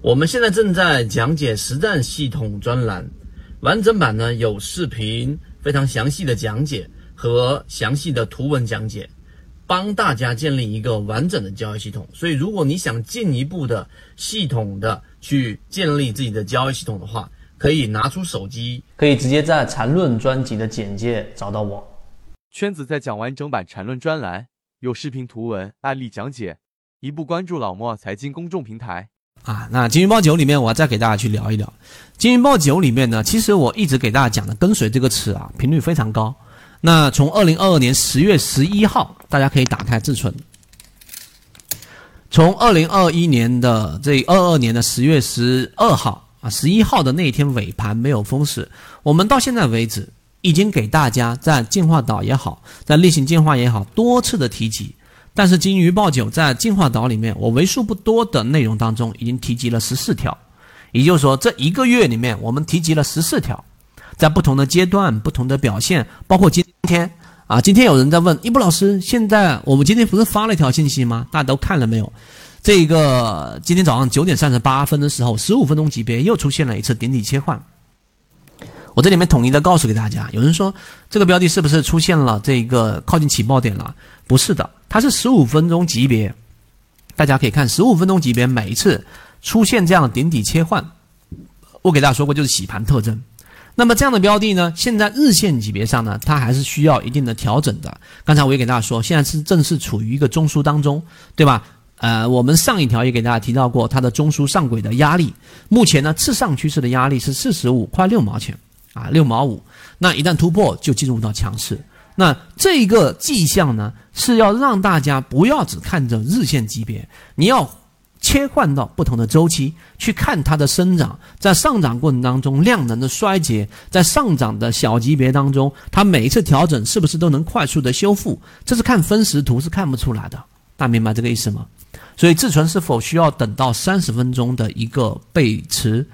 我们现在正在讲解实战系统专栏，完整版呢有视频非常详细的讲解和详细的图文讲解，帮大家建立一个完整的交易系统。所以如果你想进一步的系统的去建立自己的交易系统的话，可以拿出手机， 可以直接在缠论专辑的简介找到我。 圈子在讲完整版缠论专栏，有视频图文案例讲解，一步关注老莫财经公众平台。 那金鱼报9里面我要再给大家去聊一聊。金鱼报9里面呢，其实我一直给大家讲的跟随这个词频率非常高。那从2022年10月11号，大家可以打开自存。从2021年的22年的10月12号11号的那一天尾盘没有封死，我们到现在为止已经给大家在进化岛也好，在例行进化也好多次的提及。但是金鱼报9在进化岛里面，我为数不多的内容当中已经提及了14条，也就是说这一个月里面我们提及了14条，在不同的阶段不同的表现，包括今天今天有人在问一布老师，现在我们今天不是发了一条信息吗？大家都看了没有？这个今天早上9点38分的时候，15分钟级别又出现了一次顶底切换。我这里面统一的告诉给大家，有人说这个标的是不是出现了这个靠近起爆点了？不是的，它是15分钟级别。大家可以看15分钟级别每一次出现这样的顶底切换，我给大家说过就是洗盘特征。那么这样的标的呢，现在日线级别上呢，它还是需要一定的调整的。刚才我也给大家说，现在正是处于一个中枢当中，对吧？我们上一条也给大家提到过它的中枢上轨的压力，目前呢次上趋势的压力是45块6毛钱6毛5，那一旦突破就进入到强势。那这个迹象呢，是要让大家不要只看着日线级别，你要切换到不同的周期去看它的生长，在上涨过程当中量能的衰竭，在上涨的小级别当中，它每一次调整是不是都能快速的修复，这是看分时图是看不出来的。大家明白这个意思吗？所以自存是否需要等到30分钟的一个背驰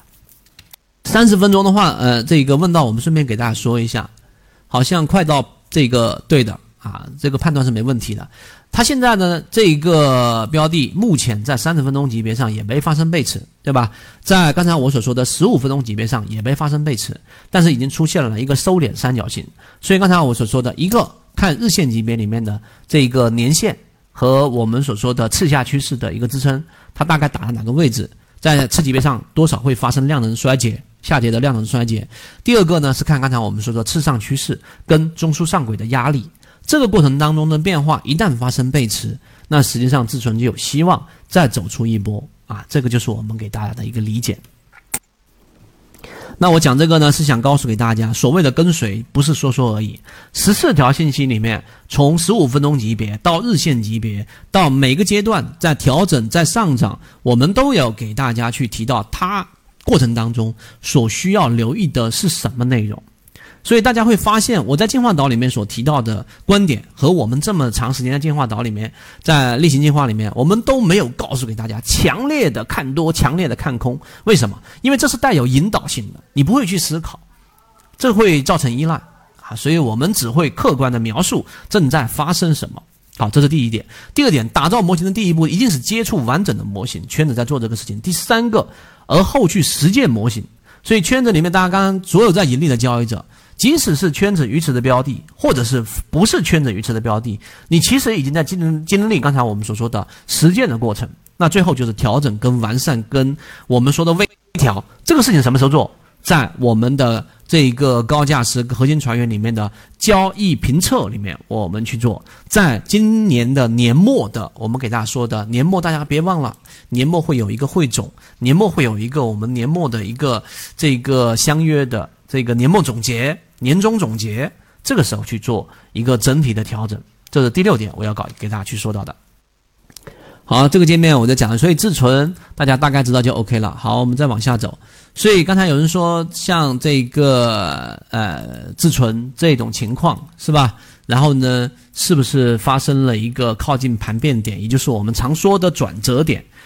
？30分钟的话，这个问到我们顺便给大家说一下，好像快到这个对的这个判断是没问题的。它现在呢，这个标的目前在30分钟级别上也没发生背驰，对吧？在刚才我所说的15分钟级别上也没发生背驰，但是已经出现了一个收敛三角形。所以刚才我所说的一个看日线级别里面的这个年线和我们所说的次下趋势的一个支撑，它大概打在哪个位置，在次级别上多少会发生量能衰竭，下跌的量能衰竭。第二个呢，是看刚才我们说的次上趋势跟中枢上轨的压力，这个过程当中的变化一旦发生背驰，那实际上自存就有希望再走出一波这个就是我们给大家的一个理解。那我讲这个呢，是想告诉给大家，所谓的跟随不是说说而已。14条信息里面，从15分钟级别到日线级别，到每个阶段在调整在上涨，我们都有给大家去提到它过程当中所需要留意的是什么内容。所以大家会发现，我在进化岛里面所提到的观点和我们这么长时间在进化岛里面，在例行进化里面，我们都没有告诉给大家强烈的看多强烈的看空。为什么？因为这是带有引导性的，你不会去思考，这会造成依赖所以我们只会客观的描述正在发生什么。好，这是第一点。第二点，打造模型的第一步一定是接触完整的模型，圈子在做这个事情。第三个，而后去实践模型。所以圈子里面大家刚刚所有在盈利的交易者，即使是圈子鱼池的标的，或者是不是圈子鱼池的标的，你其实已经在经历刚才我们所说的实践的过程。那最后就是调整跟完善跟我们说的微调，这个事情什么时候做？在我们的这个高价值核心船员里面的交易评测里面我们去做。在今年的年末的我们给大家说的年末，大家别忘了年末会有一个汇总，年末会有一个我们年末的一个这个相约的这个年末总结年终总结，这个时候去做一个整体的调整。这是第6点我要给大家去说到的。好，这个界面我在讲了，所以自存大家大概知道就 OK 了。好，我们再往下走。所以刚才有人说像这个自存这种情况是吧？然后呢，是不是发生了一个靠近盘变点，也就是我们常说的转折点？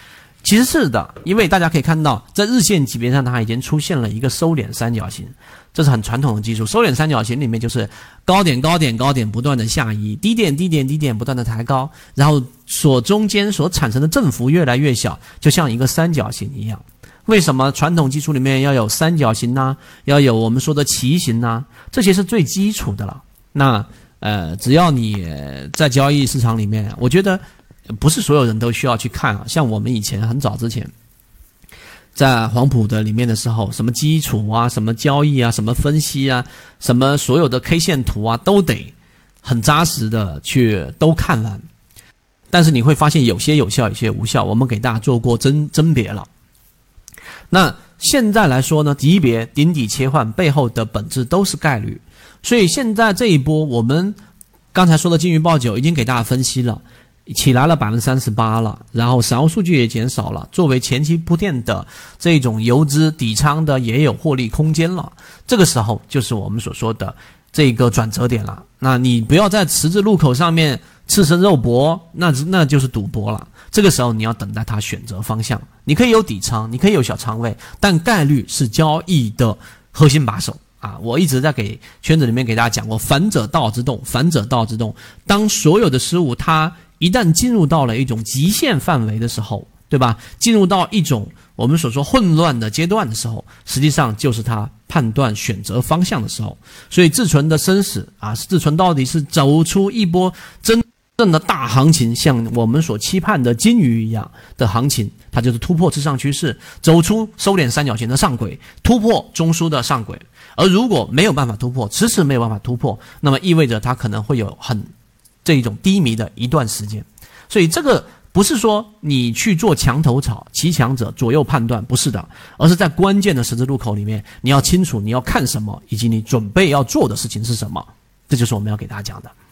其实是的，因为大家可以看到，在日线级别上它已经出现了一个收敛三角形，这是很传统的技术。收敛三角形里面就是高点高点高点不断的下移，低点低点低点不断的抬高，然后中间所产生的振幅越来越小，就像一个三角形一样。为什么传统技术里面要有三角形呢？要有我们说的旗形呢？这些是最基础的了。那只要你在交易市场里面，我觉得不是所有人都需要去看啊。像我们以前很早之前在黄埔的里面的时候，什么基础啊，什么交易啊，什么分析啊，什么所有的 K 线图啊，都得很扎实的去都看完。但是你会发现有些有效，有些无效，我们给大家做过甄别了。那现在来说呢，级别顶底切换背后的本质都是概率，所以现在这一波我们刚才说的金鱼报9已经给大家分析了，起来了 38% 了，然后散户数据也减少了，作为前期铺垫的这种游资底仓的也有获利空间了，这个时候就是我们所说的这个转折点了。那你不要在十字路口上面赤身肉搏，那就是赌博了。这个时候你要等待它选择方向，你可以有底仓，你可以有小仓位，但概率是交易的核心把手啊！我一直在给圈子里面给大家讲过，反者道之动，反者道之动。当所有的事物它一旦进入到了一种极限范围的时候，对吧？进入到一种我们所说混乱的阶段的时候，实际上就是它判断选择方向的时候。所以自存的生死啊，自存到底是走出一波真正的大行情，像我们所期盼的金鱼一样的行情，它就是突破至上趋势，走出收敛三角形的上轨，突破中枢的上轨。而如果没有办法突破，迟迟没有办法突破，那么意味着它可能会有这种低迷的一段时间。所以这个不是说你去做墙头草，骑强者左右判断，不是的，而是在关键的十字路口里面，你要清楚你要看什么，以及你准备要做的事情是什么，这就是我们要给大家讲的。